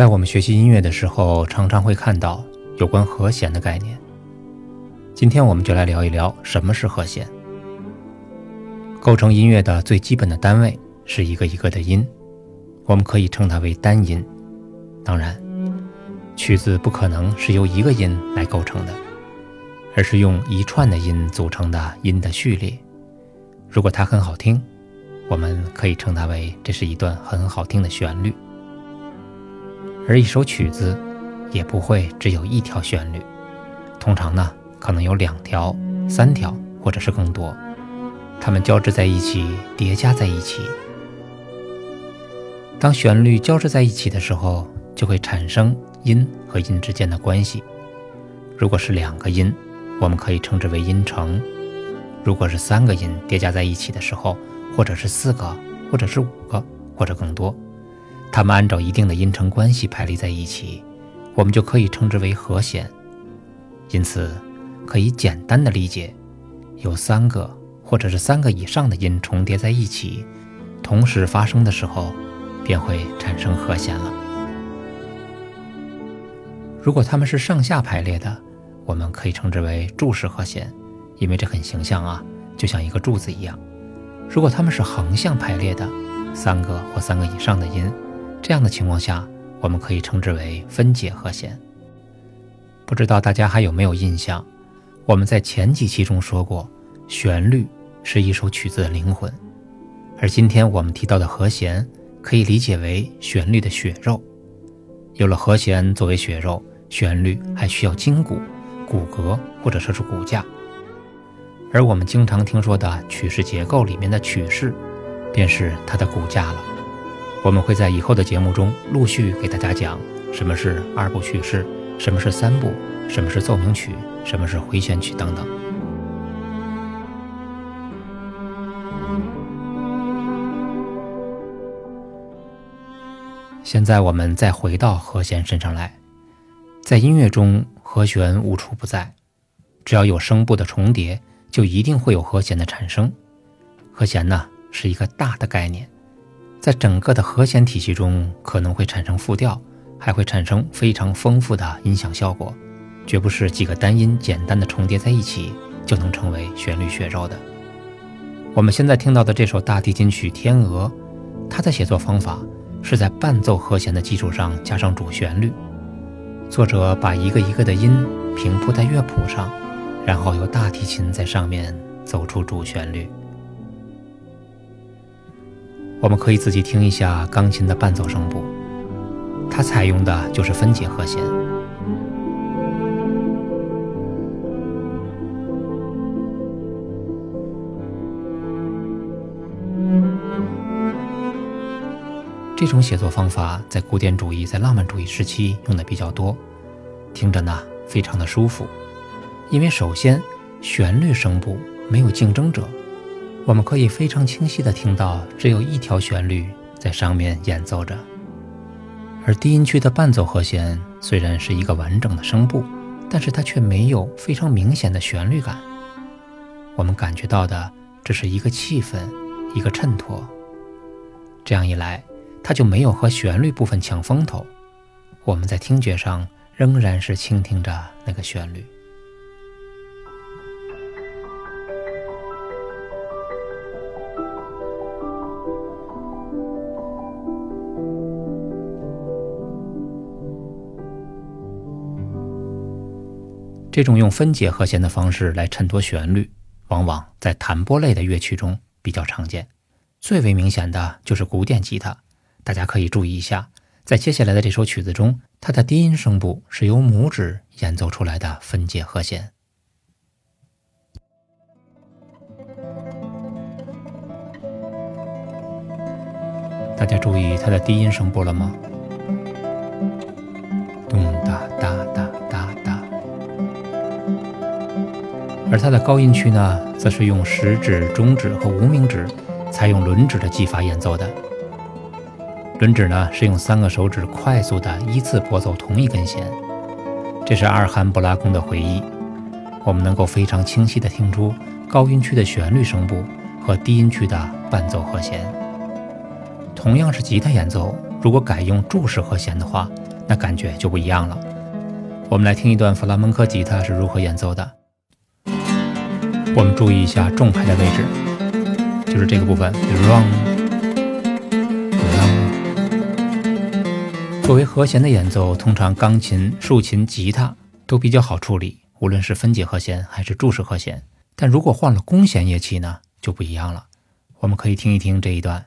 在我们学习音乐的时候，常常会看到有关和弦的概念。今天我们就来聊一聊什么是和弦。构成音乐的最基本的单位是一个一个的音，我们可以称它为单音。当然，曲子不可能是由一个音来构成的，而是用一串的音组成的音的序列。如果它很好听，我们可以称它为这是一段很好听的旋律。而一首曲子也不会只有一条旋律，通常呢可能有2条、3条或者是更多，它们交织在一起，叠加在一起。当旋律交织在一起的时候，就会产生音和音之间的关系。如果是2个音，我们可以称之为音程；如果是3个音叠加在一起的时候，或者是4个，或者是5个，或者更多，它们按照一定的音程关系排列在一起，我们就可以称之为和弦。因此可以简单的理解，有3个或者是3个以上的音重叠在一起，同时发生的时候便会产生和弦了。如果它们是上下排列的，我们可以称之为柱式和弦，因为这很形象啊，就像一个柱子一样。如果它们是横向排列的，3个或3个以上的音，这样的情况下我们可以称之为分解和弦。不知道大家还有没有印象，我们在前几期中说过，旋律是一首曲子的灵魂，而今天我们提到的和弦可以理解为旋律的血肉。有了和弦作为血肉，旋律还需要筋骨、骨骼或者说是骨架。而我们经常听说的曲式结构里面的曲式，便是它的骨架了。我们会在以后的节目中陆续给大家讲什么是2部曲式，什么是3部，什么是奏鸣曲，什么是回旋曲等等。现在我们再回到和弦身上来，在音乐中和弦无处不在，只要有声部的重叠，就一定会有和弦的产生。和弦呢是一个大的概念，在整个的和弦体系中可能会产生复调，还会产生非常丰富的音响效果，绝不是几个单音简单的重叠在一起就能成为旋律血肉的。我们现在听到的这首大提琴曲《天鹅》，它的写作方法是在伴奏和弦的基础上加上主旋律，作者把一个一个的音平铺在乐谱上，然后由大提琴在上面走出主旋律。我们可以自己听一下钢琴的伴奏声部，它采用的就是分解和弦。这种写作方法在古典主义、在浪漫主义时期用的比较多，听着呢非常的舒服。因为首先旋律声部没有竞争者，我们可以非常清晰地听到只有一条旋律在上面演奏着。而低音区的伴奏和弦虽然是一个完整的声部，但是它却没有非常明显的旋律感，我们感觉到的只是一个气氛，一个衬托。这样一来，它就没有和旋律部分抢风头，我们在听觉上仍然是倾听着那个旋律。这种用分解和弦的方式来衬托旋律，往往在弹拨类的乐曲中比较常见。最为明显的就是古典吉他，大家可以注意一下，在接下来的这首曲子中，它的低音声部是由拇指演奏出来的分解和弦。大家注意它的低音声部了吗？咚哒哒哒哒哒。而它的高音区呢，则是用食指、中指和无名指采用轮指的技法演奏的。轮指呢是用3个手指快速的依次拨奏同一根弦，这是阿尔罕布拉宫的回忆。我们能够非常清晰地听出高音区的旋律声部和低音区的伴奏和弦。同样是吉他演奏，如果改用柱式和弦的话， 那感觉就不一样了。我们来听一段弗拉门科吉他是如何演奏的。我们注意一下重拍的位置，就是这个部分 rung。 作为和弦的演奏，通常钢琴、竖琴、吉他都比较好处理，无论是分解和弦还是注释和弦。但如果换了弓弦乐器呢，就不一样了。我们可以听一听这一段。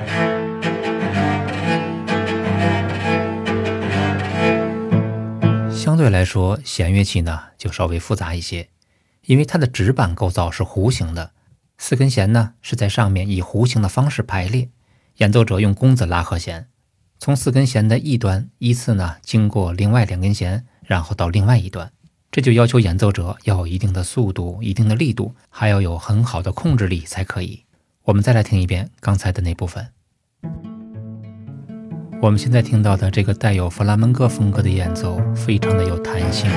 相对来说，弦乐器呢就稍微复杂一些，因为它的指板构造是弧形的，4根弦呢是在上面以弧形的方式排列，演奏者用弓子拉和弦，从4根弦的一端依次呢经过另外2根弦，然后到另外一端。这就要求演奏者要有一定的速度、一定的力度，还要有很好的控制力才可以。我们再来听一遍刚才的那部分。我们现在听到的这个带有弗拉门戈风格的演奏非常的有弹性，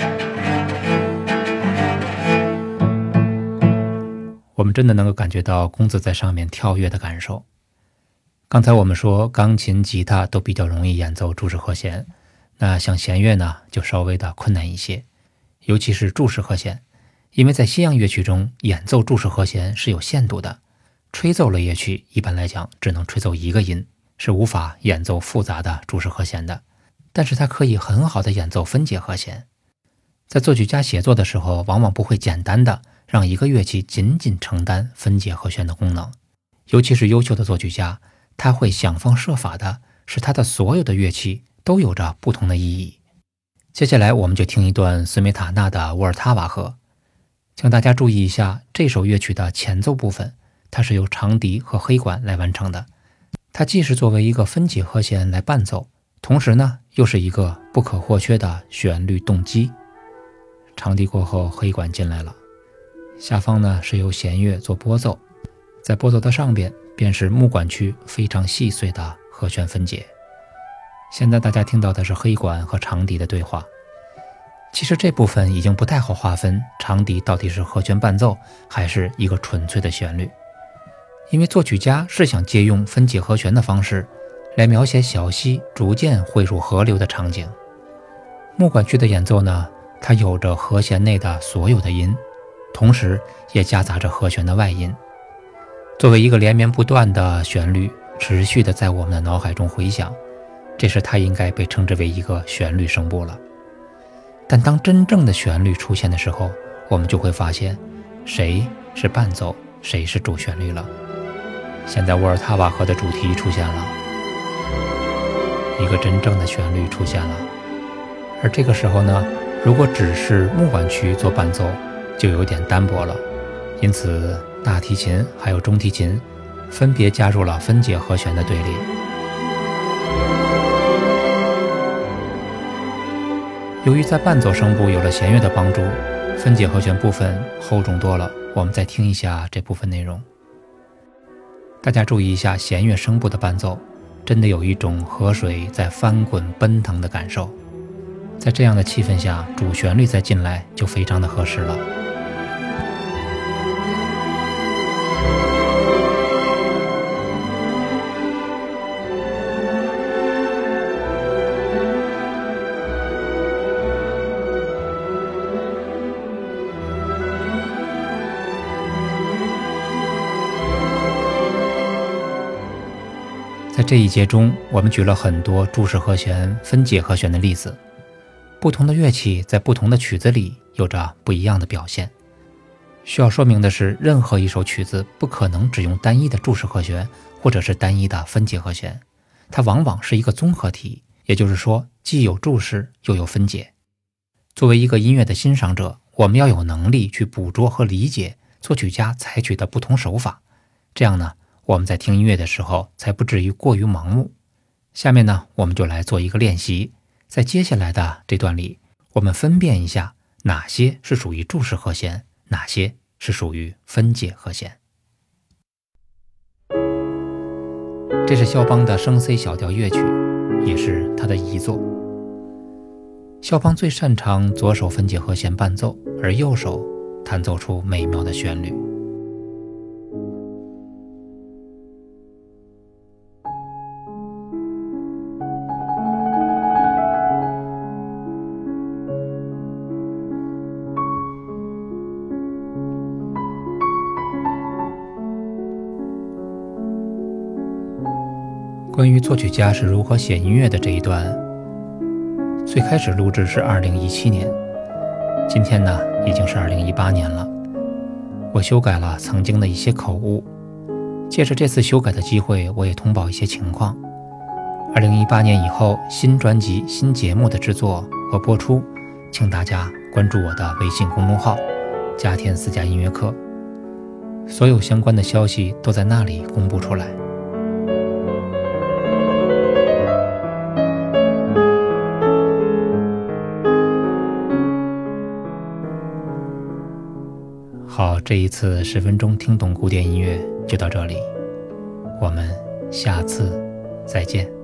我们真的能够感觉到弓子在上面跳跃的感受。刚才我们说钢琴、吉他都比较容易演奏注释和弦，那像弦乐呢就稍微的困难一些，尤其是注释和弦，因为在西洋乐曲中演奏注释和弦是有限度的，吹奏类乐曲一般来讲只能吹奏一个音，是无法演奏复杂的注释和弦的，但是它可以很好的演奏分解和弦。在作曲家写作的时候，往往不会简单的让一个乐器仅仅承担分解和弦的功能，尤其是优秀的作曲家，他会想方设法的使他的所有的乐器都有着不同的意义。接下来我们就听一段斯梅塔纳的沃尔塔瓦河，请大家注意一下这首乐曲的前奏部分，它是由长笛和黑管来完成的。它既是作为一个分解和弦来伴奏，同时呢又是一个不可或缺的旋律动机。长笛过后，黑管进来了，下方呢是由弦乐做拨奏，在拨奏的上边便是木管区非常细碎的和弦分解。现在大家听到的是黑管和长笛的对话。其实这部分已经不太好划分长笛到底是和弦伴奏还是一个纯粹的旋律，因为作曲家是想借用分解和弦的方式来描写小溪逐渐汇入河流的场景。木管区的演奏呢，它有着和弦内的所有的音，同时也夹杂着和弦的外音，作为一个连绵不断的旋律持续的在我们的脑海中回响，这时它应该被称之为一个旋律声部了。但当真正的旋律出现的时候，我们就会发现谁是伴奏，谁是主旋律了。现在沃尔塔瓦河的主题出现了，一个真正的旋律出现了。而这个时候呢，如果只是木管区做伴奏就有点单薄了，因此大提琴还有中提琴分别加入了分解和弦的队列。由于在伴奏声部有了弦乐的帮助，分解和弦部分厚重多了。我们再听一下这部分内容。大家注意一下弦乐声部的伴奏，真的有一种河水在翻滚奔腾的感受。在这样的气氛下，主旋律再进来就非常的合适了。在这一节中，我们举了很多注释和弦、分解和弦的例子。不同的乐器在不同的曲子里有着不一样的表现。需要说明的是，任何一首曲子不可能只用单一的注释和弦或者是单一的分解和弦，它往往是一个综合体，也就是说既有注释又有分解。作为一个音乐的欣赏者，我们要有能力去捕捉和理解作曲家采取的不同手法，这样呢，我们在听音乐的时候才不至于过于盲目。下面呢，我们就来做一个练习。在接下来的这段里，我们分辨一下哪些是属于注释和弦，哪些是属于分解和弦。这是肖邦的升 C 小调乐曲，也是他的遗作。肖邦最擅长左手分解和弦伴奏，而右手弹奏出美妙的旋律。 关于作曲家是如何写音乐的这一段，最开始录制是2017年，今天呢已经是2018年了。我修改了曾经的一些口误，借着这次修改的机会，我也通报一些情况。2018年以后，新专辑、新节目的制作和播出，请大家关注我的微信公众号“加田私家音乐课”，所有相关的消息都在那里公布出来。好，这一次10分钟听懂古典音乐就到这里，我们下次再见。